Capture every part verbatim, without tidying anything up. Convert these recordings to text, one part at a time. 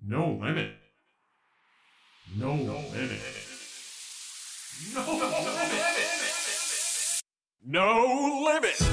No limit. No limit. No limit. No limit.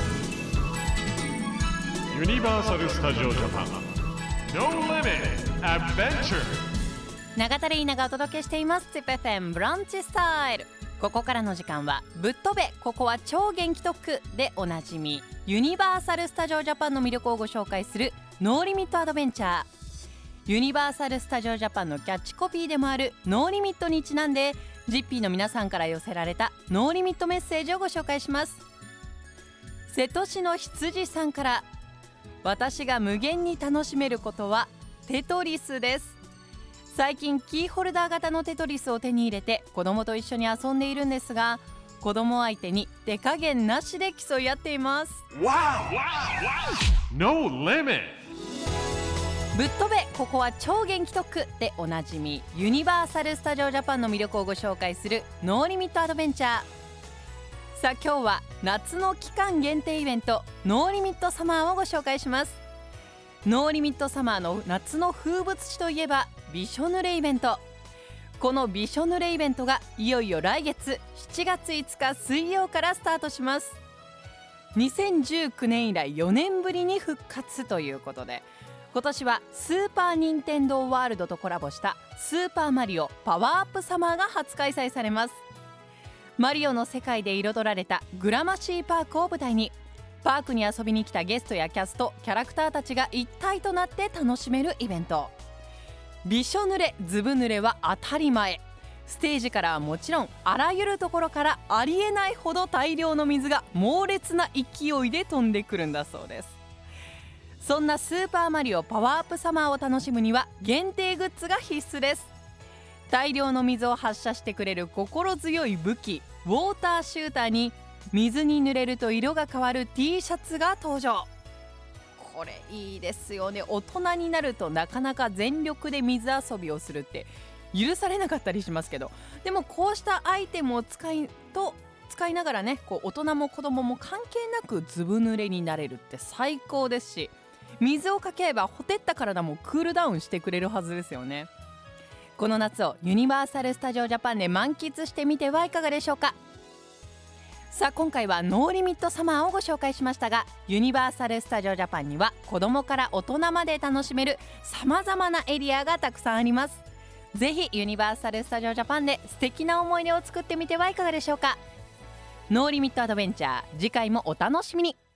ユニバーサル・スタジオ・ジャパン No Limit Adventure。 永田玲奈がお届けしています ティップエフエム ブランチスタイル。ここからの時間はぶっ飛べここは超元気特区でおなじみユニバーサル・スタジオ・ジャパンの魅力をご紹介するノーリミットアドベンチャー。ユニバーサル・スタジオ・ジャパンのキャッチコピーでもあるノーリミットにちなんで ジッピー の皆さんから寄せられたノーリミットメッセージをご紹介します。瀬戸市の羊さんから、私が無限に楽しめることはテトリスです。最近キーホルダー型のテトリスを手に入れて子供と一緒に遊んでいるんですが、子供相手に手加減なしで競い合っています。 Wow! No limit. ぶっ飛べここは超元気特区でおなじみユニバーサル・スタジオ・ジャパンの魅力をご紹介するノーリミットアドベンチャー。さあ今日は夏の期間限定イベントノーリミットサマーをご紹介します。ノーリミットサマーの夏の風物詩といえばびしょ濡れイベント。このびしょ濡れイベントがいよいよ来月しちがついつか水曜からスタートします。にせんじゅうきゅうねん以来よねんぶりに復活ということで、今年はスーパーニンテンドーワールドとコラボしたスーパーマリオパワーアップサマーが初開催されます。マリオの世界で彩られたグラマシーパークを舞台に、パークに遊びに来たゲストやキャストキャラクターたちが一体となって楽しめるイベント。びしょ濡れずぶ濡れは当たり前。ステージからはもちろんあらゆるところからありえないほど大量の水が猛烈な勢いで飛んでくるんだそうです。そんなスーパーマリオパワーアップサマーを楽しむには限定グッズが必須です。大量の水を発射してくれる心強い武器ウォーターシューターに、水に濡れると色が変わる T シャツが登場。これいいですよね。大人になるとなかなか全力で水遊びをするって許されなかったりしますけど、でもこうしたアイテムを使いと使いながらね、こう大人も子供も関係なくずぶ濡れになれるって最高ですし、水をかければほてった体もクールダウンしてくれるはずですよね。この夏をユニバーサル・スタジオ・ジャパンで満喫してみてはいかがでしょうか。さあ今回はノーリミットサマーをご紹介しましたが、ユニバーサル・スタジオ・ジャパンには子供から大人まで楽しめるさまざまなエリアがたくさんあります。ぜひユニバーサル・スタジオ・ジャパンで素敵な思い出を作ってみてはいかがでしょうか。ノーリミットアドベンチャー、次回もお楽しみに。